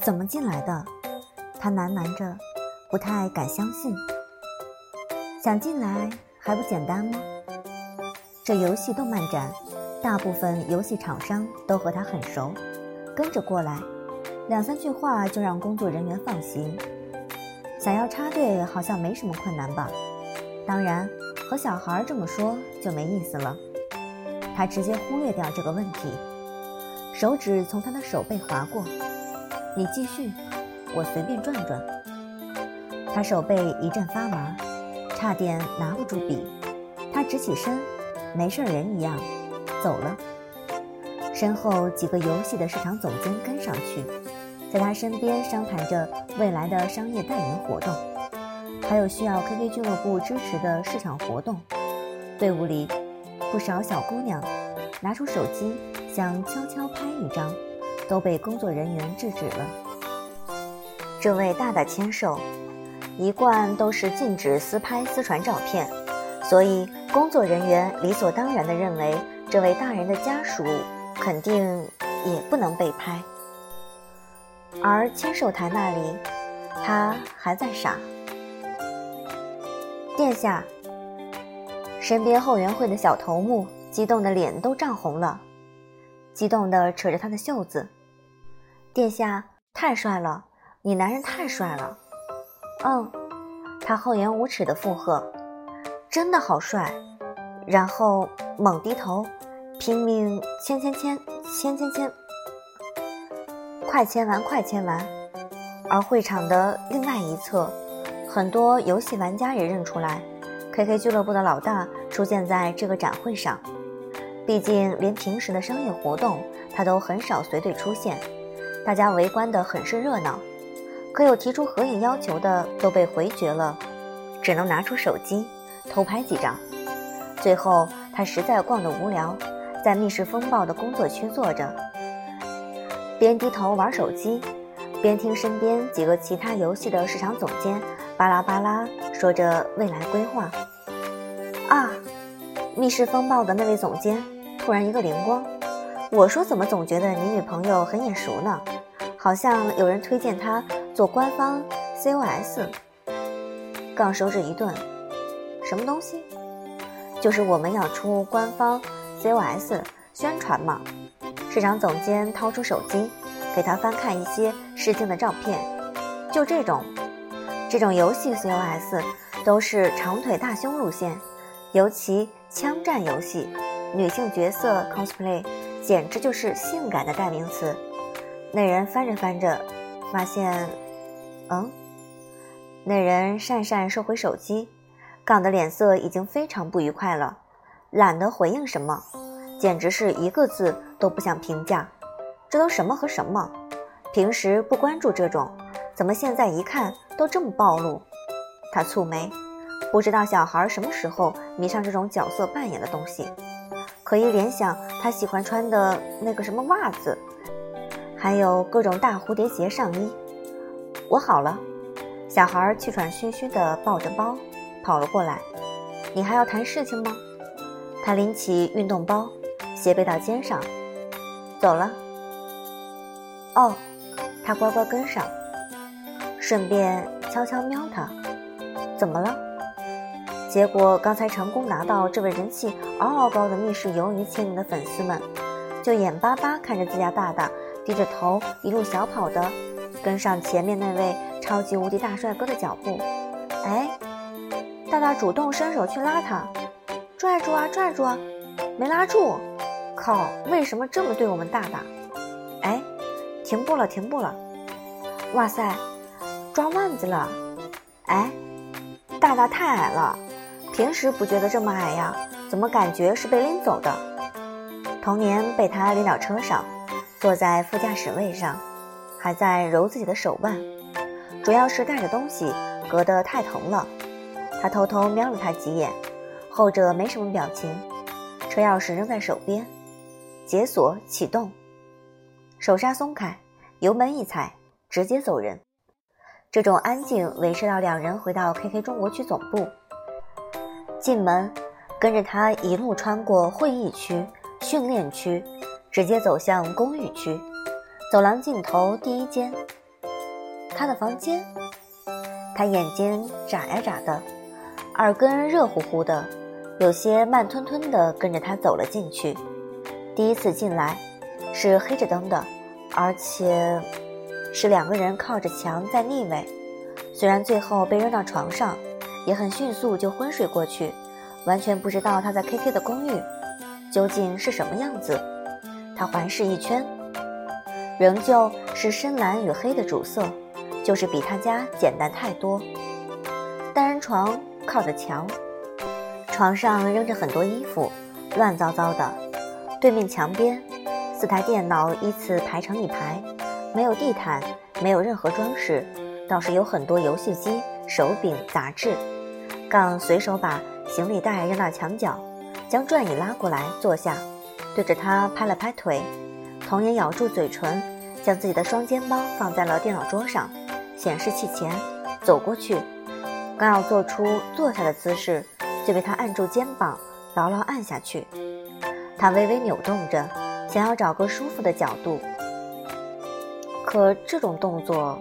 怎么进来的？他喃喃着，不太敢相信。想进来还不简单吗？这游戏动漫展，大部分游戏厂商都和他很熟，跟着过来，2-3句话就让工作人员放行。想要插队好像没什么困难吧？当然，和小孩这么说就没意思了。他直接忽略掉这个问题，手指从他的手背划过。你继续，我随便转转。他手背一阵发麻，差点拿不住笔。他直起身，没事人一样走了。身后几个游戏的市场总监跟上去，在他身边商谈着未来的商业代言活动，还有需要 KK 俱乐部支持的市场活动。队伍里不少小姑娘拿出手机想悄悄拍一张，都被工作人员制止了。这位大大签售一贯都是禁止私拍私传照片，所以工作人员理所当然地认为这位大人的家属肯定也不能被拍。而签售台那里，他还在傻。殿下，身边后援会的小头目激动的脸都涨红了，激动地扯着他的袖子。殿下太帅了，你男人太帅了。他厚颜无耻地附和，真的好帅。然后猛低头，拼命签，快签完，快签完。而会场的另外一侧，很多游戏玩家也认出来 KK 俱乐部的老大出现在这个展会上。毕竟连平时的商业活动他都很少随队出现，大家围观得很是热闹。可有提出合影要求的都被回绝了，只能拿出手机偷拍几张。最后他实在逛得无聊，在密室风暴的工作区坐着，边低头玩手机，边听身边几个其他游戏的市场总监巴拉巴拉说着未来规划。密室风暴的那位总监突然一个灵光，我说怎么总觉得你女朋友很眼熟呢？好像有人推荐她做官方 COS。 杠手指一顿，什么东西？就是我们要出官方 COS 宣传嘛。市场总监掏出手机给他翻看一些试镜的照片，就这种游戏 COS 都是长腿大胸路线，尤其枪战游戏，女性角色 cosplay 简直就是性感的代名词。那人翻着翻着发现那人讪讪收回手机，杠的脸色已经非常不愉快了，懒得回应什么，简直是一个字都不想评价。这都什么和什么？平时不关注这种，怎么现在一看都这么暴露？他蹙眉，不知道小孩什么时候迷上这种角色扮演的东西，可以联想他喜欢穿的那个什么袜子，还有各种大蝴蝶结上衣。我好了。小孩气喘吁吁地抱着包跑了过来。你还要谈事情吗？他拎起运动包斜背到肩上，走了。他乖乖跟上，顺便悄悄瞄他，怎么了？结果刚才成功拿到这位人气嗷嗷高的密室鱿鱼签名的粉丝们，就眼巴巴看着自家大大低着头一路小跑的跟上前面那位超级无敌大帅哥的脚步。大大主动伸手去拉他，拽住啊，没拉住。靠，为什么这么对我们大大？停步了。哇塞，抓腕子了。大大太矮了，平时不觉得这么矮呀，怎么感觉是被拎走的？童年被他拎到车上，坐在副驾驶位上，还在揉自己的手腕，主要是带着东西隔得太疼了。他偷偷瞄了他几眼，后者没什么表情，车钥匙扔在手边，解锁启动，手刹松开，油门一踩，直接走人。这种安静维持到两人回到 KK 中国区总部。进门，跟着他一路穿过会议区、训练区，直接走向公寓区。走廊尽头第一间， 他的房间。他眼睛眨呀眨的，耳根热乎乎的，有些慢吞吞地跟着他走了进去。第一次进来是黑着灯的，而且是2个人靠着墙在逆位。虽然最后被扔到床上，也很迅速就昏睡过去，完全不知道他在 KK 的公寓究竟是什么样子。他环视一圈，仍旧是深蓝与黑的主色，就是比他家简单太多。单人床靠着墙，床上扔着很多衣服，乱糟糟的。对面墙边4台电脑依次排成一排，没有地毯，没有任何装饰，倒是有很多游戏机、手柄、杂志。杠随手把行李袋扔到墙角，将转椅拉过来坐下，对着他拍了拍腿。童年咬住嘴唇，将自己的双肩包放在了电脑桌上，显示器前走过去，刚要做出坐下的姿势，就被他按住肩膀，牢牢按下去。他微微扭动着，想要找个舒服的角度，可这种动作，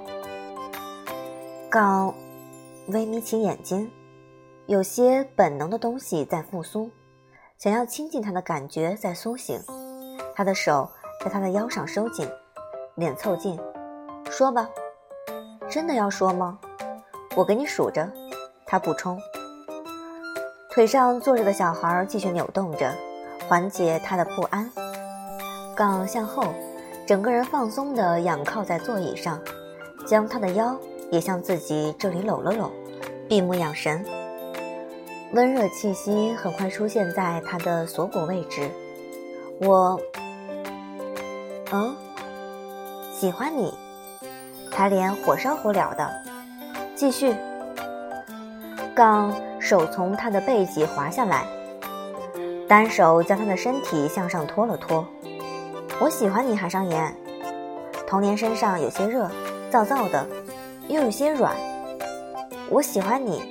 杠微眯起眼睛，有些本能的东西在复苏，想要亲近他的感觉在苏醒。他的手在他的腰上收紧，脸凑近，说吧。真的要说吗？我给你数着，他补充。腿上坐着的小孩继续扭动着，缓解他的不安。杠向后，整个人放松地仰靠在座椅上，将他的腰也向自己这里搂了搂，闭目养神。温热气息很快出现在他的锁骨位置。我喜欢你。他脸火烧火燎的。继续。杠手从他的背脊滑下来，单手将他的身体向上拖了拖。我喜欢你，海上言。童年身上有些热，燥燥的，又有些软。我喜欢你。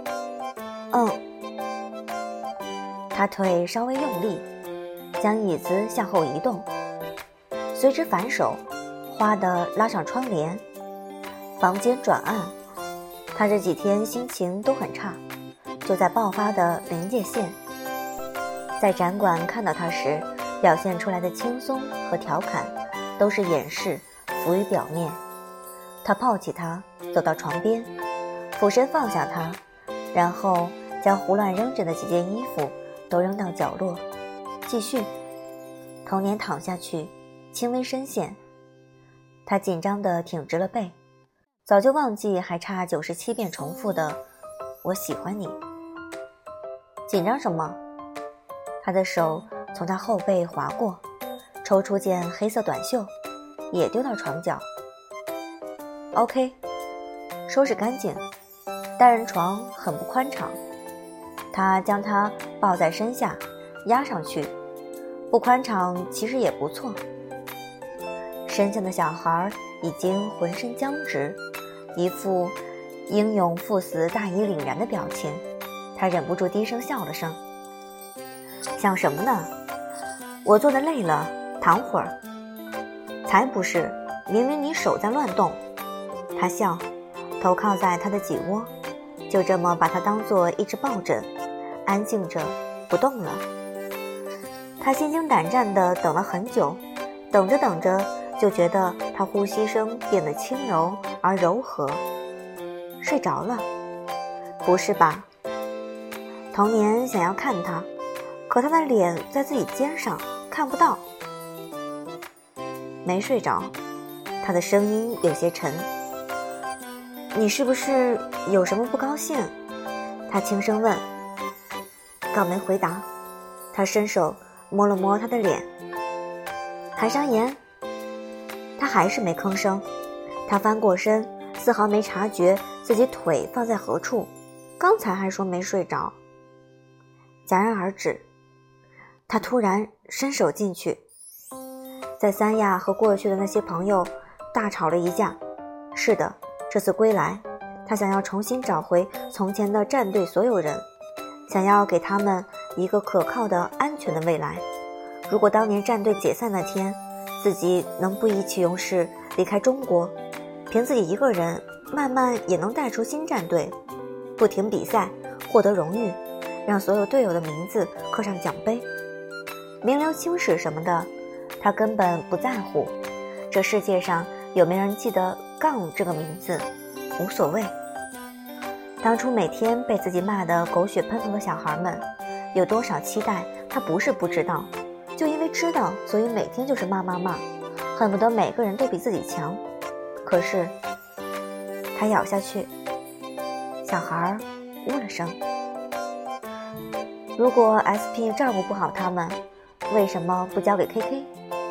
他腿稍微用力，将椅子向后移动，随之反手哗地拉上窗帘。房间转暗，他这几天心情都很差，就在爆发的临界线。在展馆看到他时，表现出来的轻松和调侃都是掩饰，浮于表面。他抱起他，走到床边，俯身放下他，然后将胡乱扔着的几件衣服都扔到角落。继续。童年躺下去，轻微深陷。他紧张地挺直了背，早就忘记还差97遍重复的我喜欢你。紧张什么？他的手从他后背划过，抽出件黑色短袖，也丢到床角。OK， 收拾干净。单人床很不宽敞，他将它抱在身下，压上去。不宽敞其实也不错。身下的小孩已经浑身僵直，一副英勇赴死大义凛然的表情。他忍不住低声笑了声。想什么呢？我坐得累了，躺会儿。才不是，明明你手在乱动。他笑，头靠在他的颈窝，就这么把他当作一只抱枕，安静着不动了。他心惊胆战地等了很久，等着等着就觉得他呼吸声变得轻柔而柔和。睡着了？不是吧？童年想要看他，可他的脸在自己肩上，看不到。没睡着。他的声音有些沉。你是不是有什么不高兴？他轻声问。杠没回答。他伸手摸了摸他的脸。海上言。他还是没吭声。他翻过身，丝毫没察觉自己腿放在何处，刚才还说没睡着。戛然而止。他突然伸手进去，在三亚和过去的那些朋友大吵了一架。是的，这次归来，他想要重新找回从前的战队所有人，想要给他们一个可靠的安全的未来。如果当年战队解散那天，自己能不意气用事离开中国， 凭自己一个人慢慢也能带出新战队，不停比赛，获得荣誉，让所有队友的名字刻上奖杯。名留青史什么的，他根本不在乎。这世界上有没有人记得杠这个名字，无所谓。当初每天被自己骂得狗血喷头的小孩们，有多少期待他不是不知道，就因为知道，所以每天就是骂，恨不得每个人都比自己强。可是他咬下去，小孩呜了声。如果 SP 照顾不好他们，为什么不交给 KK？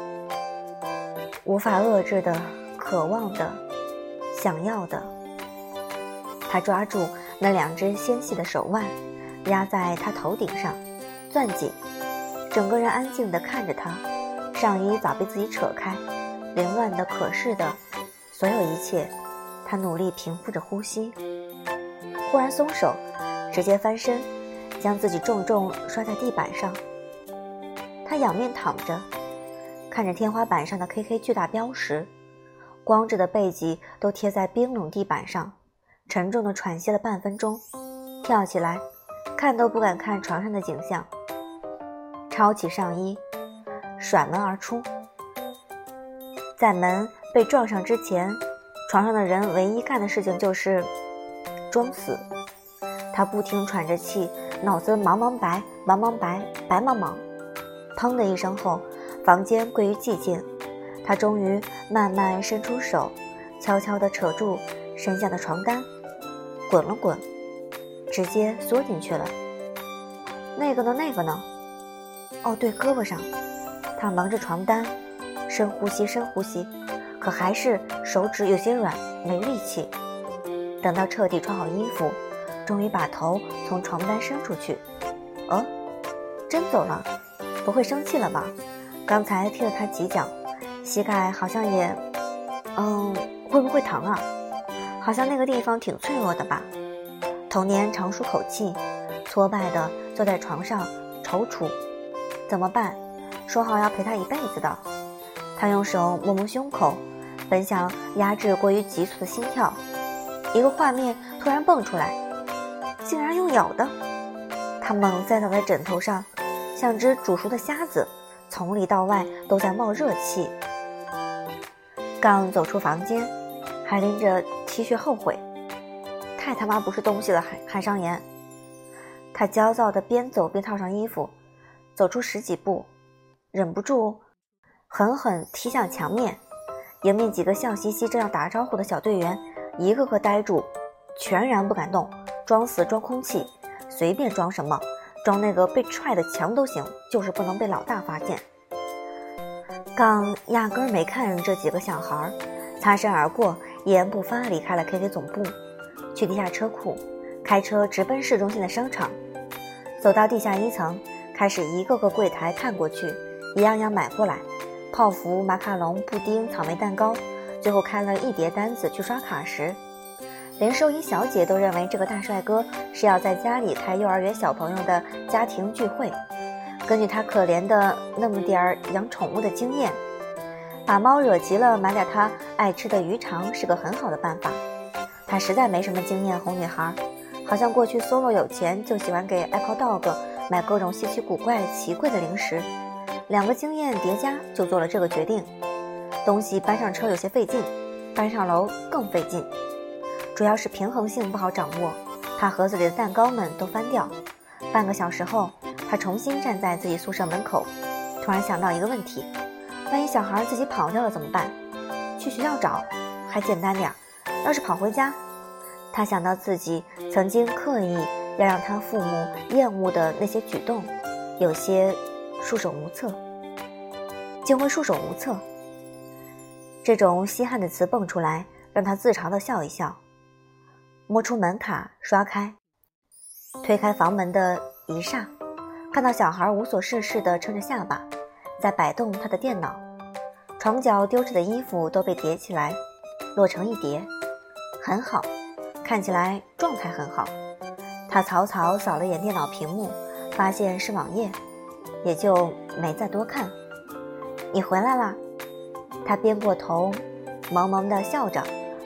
无法遏制的，渴望的，想要的。他抓住那2只纤细的手腕，压在他头顶上，攥紧，整个人安静地看着他。上衣早被自己扯开，凌乱的、可视的，所有一切，他努力平复着呼吸。忽然松手，直接翻身，将自己重重摔在地板上。他仰面躺着，看着天花板上的 KK 巨大标识，光着的背脊都贴在冰冷地板上，沉重地喘息了半分钟，跳起来，看都不敢看床上的景象，抄起上衣，甩门而出。在门被撞上之前，床上的人唯一干的事情就是装死。他不停喘着气，脑子茫茫白，白茫茫。砰的一声后，房间归于寂静。他终于慢慢伸出手，悄悄地扯住身下的床单，滚了滚，直接缩进去了。那个呢？哦，对，胳膊上。他蒙着床单，深呼吸，可还是手指有些软，没力气。等到彻底穿好衣服，终于把头从床单伸出去。真走了？不会生气了吧？刚才踢了他几脚，膝盖好像也……会不会疼啊？好像那个地方挺脆弱的吧？童年长舒口气，挫败的坐在床上踌躇。怎么办？说好要陪他一辈子的。他用手摸胸口，本想压制过于急促的心跳，一个画面突然蹦出来，竟然用咬的。他猛栽倒在枕头上，像只煮熟的虾子，从里到外都在冒热气。刚走出房间，还拎着 T 恤后悔，太他妈不是东西了，韩商言。他焦躁地边走边套上衣服，走出10几步，忍不住狠狠踢向墙面。迎面几个笑嘻嘻正要打招呼的小队员，一个个呆住，全然不敢动，装死装空气，随便装什么，装那个被踹的墙都行，就是不能被老大发现。杠压根儿没看这几个小孩，擦身而过，一言不发离开了 KK 总部，去地下车库，开车直奔市中心的商场。走到地下1层，开始一个个柜台探过去，一样样买过来，泡芙、马卡龙、布丁、草莓蛋糕，最后开了一叠单子去刷卡时，连收银小姐都认为这个大帅哥是要在家里开幼儿园小朋友的家庭聚会。根据他可怜的那么点儿养宠物的经验，把猫惹急了买点他爱吃的鱼肠是个很好的办法。他实在没什么经验哄女孩，好像过去 solo 有钱就喜欢给 Apple Dog 买各种稀奇古怪奇贵的零食，2个经验叠加就做了这个决定。东西搬上车有些费劲，搬上楼更费劲，主要是平衡性不好掌握，怕盒子里的蛋糕们都翻掉。半个小时后，他重新站在自己宿舍门口，突然想到一个问题，万一小孩自己跑掉了怎么办？去学校找还简单点，要是跑回家，他想到自己曾经刻意要让他父母厌恶的那些举动，有些束手无策。竟会束手无策，这种稀罕的词蹦出来，让他自嘲地笑一笑，摸出门卡刷开，推开房门的一霎，看到小孩无所事事地撑着下巴在摆动他的电脑，床角丢着的衣服都被叠起来摞成一叠，很好，看起来状态很好。他草草扫了眼电脑屏幕，发现是网页，也就没再多看。你回来啦？他边过头萌萌地笑着，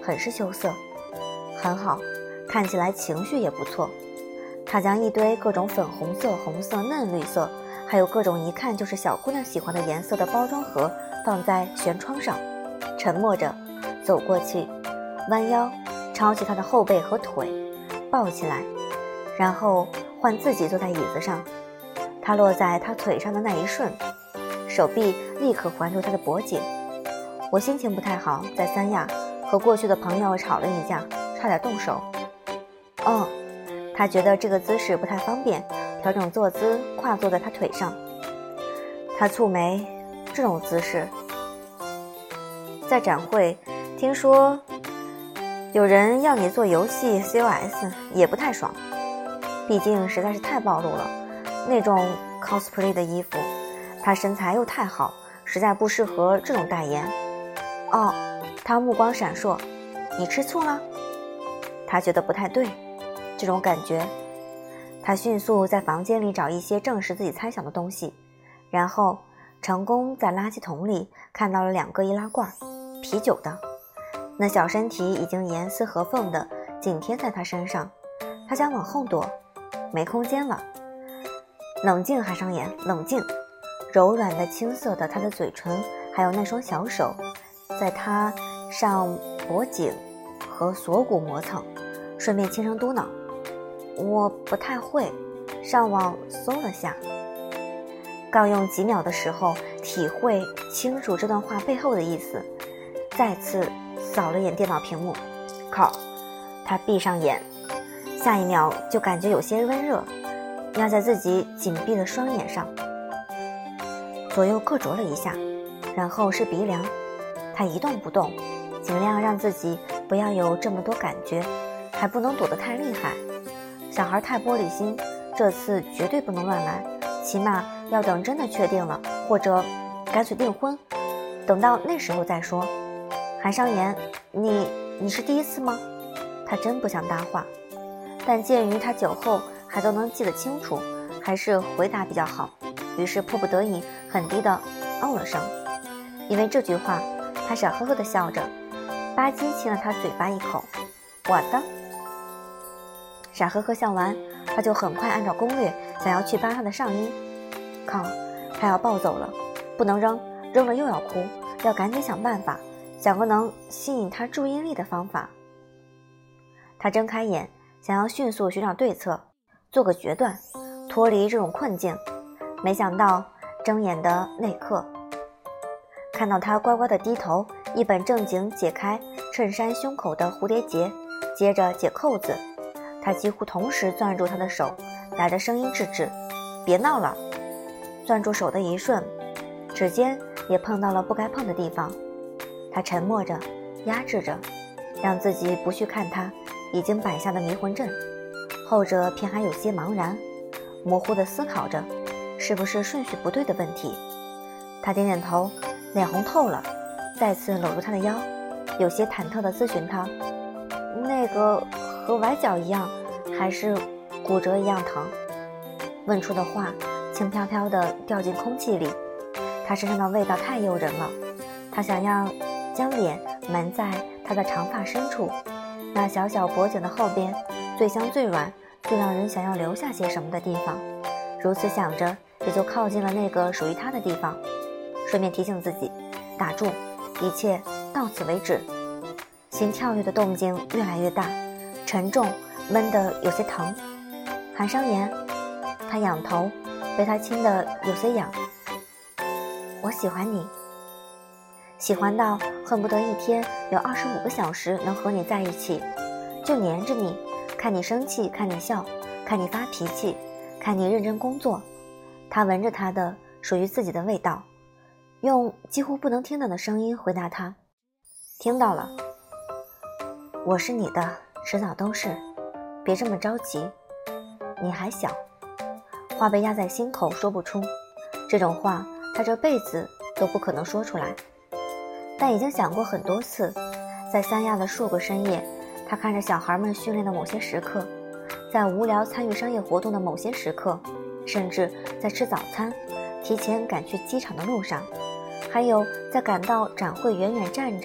很是羞涩。很好，看起来情绪也不错。他将一堆各种粉红色、红色、嫩绿色，还有各种一看就是小姑娘喜欢的颜色的包装盒放在悬窗上，沉默着走过去，弯腰抄起她的后背和腿，抱起来，然后换自己坐在椅子上。他落在她腿上的那一瞬，手臂立刻环住她的脖颈。我心情不太好，在三亚和过去的朋友吵了一架，差点动手。他觉得这个姿势不太方便，调整坐姿，跨坐在他腿上。他蹙眉，这种姿势在展会听说有人要你做游戏 COS 也不太爽，毕竟实在是太暴露了，那种 cosplay 的衣服，他身材又太好，实在不适合这种代言。他目光闪烁，你吃醋了？他觉得不太对，这种感觉。他迅速在房间里找一些证实自己猜想的东西，然后成功在垃圾桶里看到了2个易拉罐，啤酒的。那小身体已经严丝合缝地紧贴在他身上，他想往后躲，没空间了。冷静，海上眼，冷静。柔软的青涩的他的嘴唇，还有那双小手，在他上脖颈和锁骨磨蹭，顺便轻声嘟囔，我不太会。上网搜了下，刚用几秒的时候体会清楚这段话背后的意思，再次扫了眼电脑屏幕，靠！他闭上眼，下一秒就感觉有些温热，压在自己紧闭的双眼上，左右各啄了一下，然后是鼻梁。他一动不动，尽量让自己不要有这么多感觉，还不能躲得太厉害。小孩太玻璃心，这次绝对不能乱来，起码要等真的确定了，或者干脆订婚，等到那时候再说。韩商言，你是第一次吗？他真不想搭话，但鉴于他酒后还都能记得清楚，还是回答比较好，于是迫不得已很低的了声。因为这句话，他傻呵呵地笑着，吧唧亲了他嘴巴一口。我的。傻呵呵笑完，他就很快按照攻略想要去扒他的上衣。靠，他要抱走了，不能扔，扔了又要哭，要赶紧想办法，想个能吸引他注意力的方法。他睁开眼，想要迅速寻找对策，做个决断，脱离这种困境。没想到睁眼的那刻，看到他乖乖地低头，一本正经解开衬衫胸口的蝴蝶结，接着解扣子。他几乎同时攥住他的手，打着声音制止，别闹了。攥住手的一瞬，指尖也碰到了不该碰的地方。他沉默着，压制着，让自己不去看他已经摆下的迷魂阵。后者偏还有些茫然，模糊地思考着是不是顺序不对的问题。他点点头，脸红透了，再次搂住他的腰，有些忐忑地咨询他，那个和崴脚一样，还是骨折一样疼？问出的话轻飘飘地掉进空气里，他身上的味道太诱人了。他想要将脸埋在他的长发深处，那小小脖颈的后边，最香最软，最让人想要留下些什么的地方。如此想着，也就靠近了那个属于他的地方，顺便提醒自己打住，一切到此为止。心跳跃的动静越来越大，沉重，闷得有些疼。韩商言，他仰头，被他亲得有些痒。我喜欢你，喜欢到恨不得一天有25个小时能和你在一起，就黏着你，看你生气，看你笑，看你发脾气，看你认真工作。他闻着他的属于自己的味道，用几乎不能听到的声音回答他，听到了。我是你的，迟早都是，别这么着急，你还小。话被压在心口说不出，这种话他这辈子都不可能说出来，但已经想过很多次。在三亚的数个深夜，他看着小孩们训练的某些时刻，在无聊参与商业活动的某些时刻，甚至在吃早餐提前赶去机场的路上，还有在赶到展会远远站着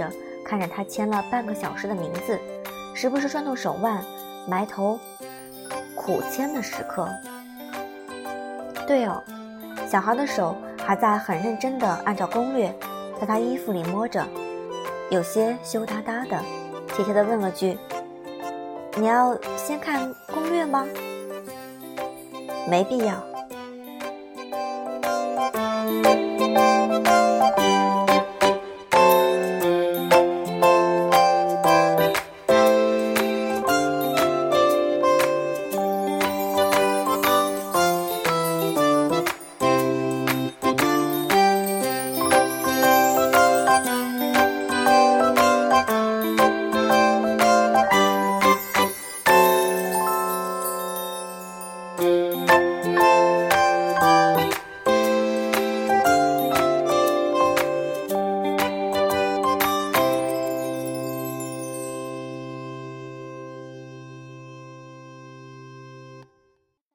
看着他签了半个小时的名字，时不时转动手腕，埋头苦签的时刻。对哦，小孩的手还在很认真地按照攻略在他衣服里摸着，有些羞答答的，贴贴地问了句：“你要先看攻略吗？”没必要。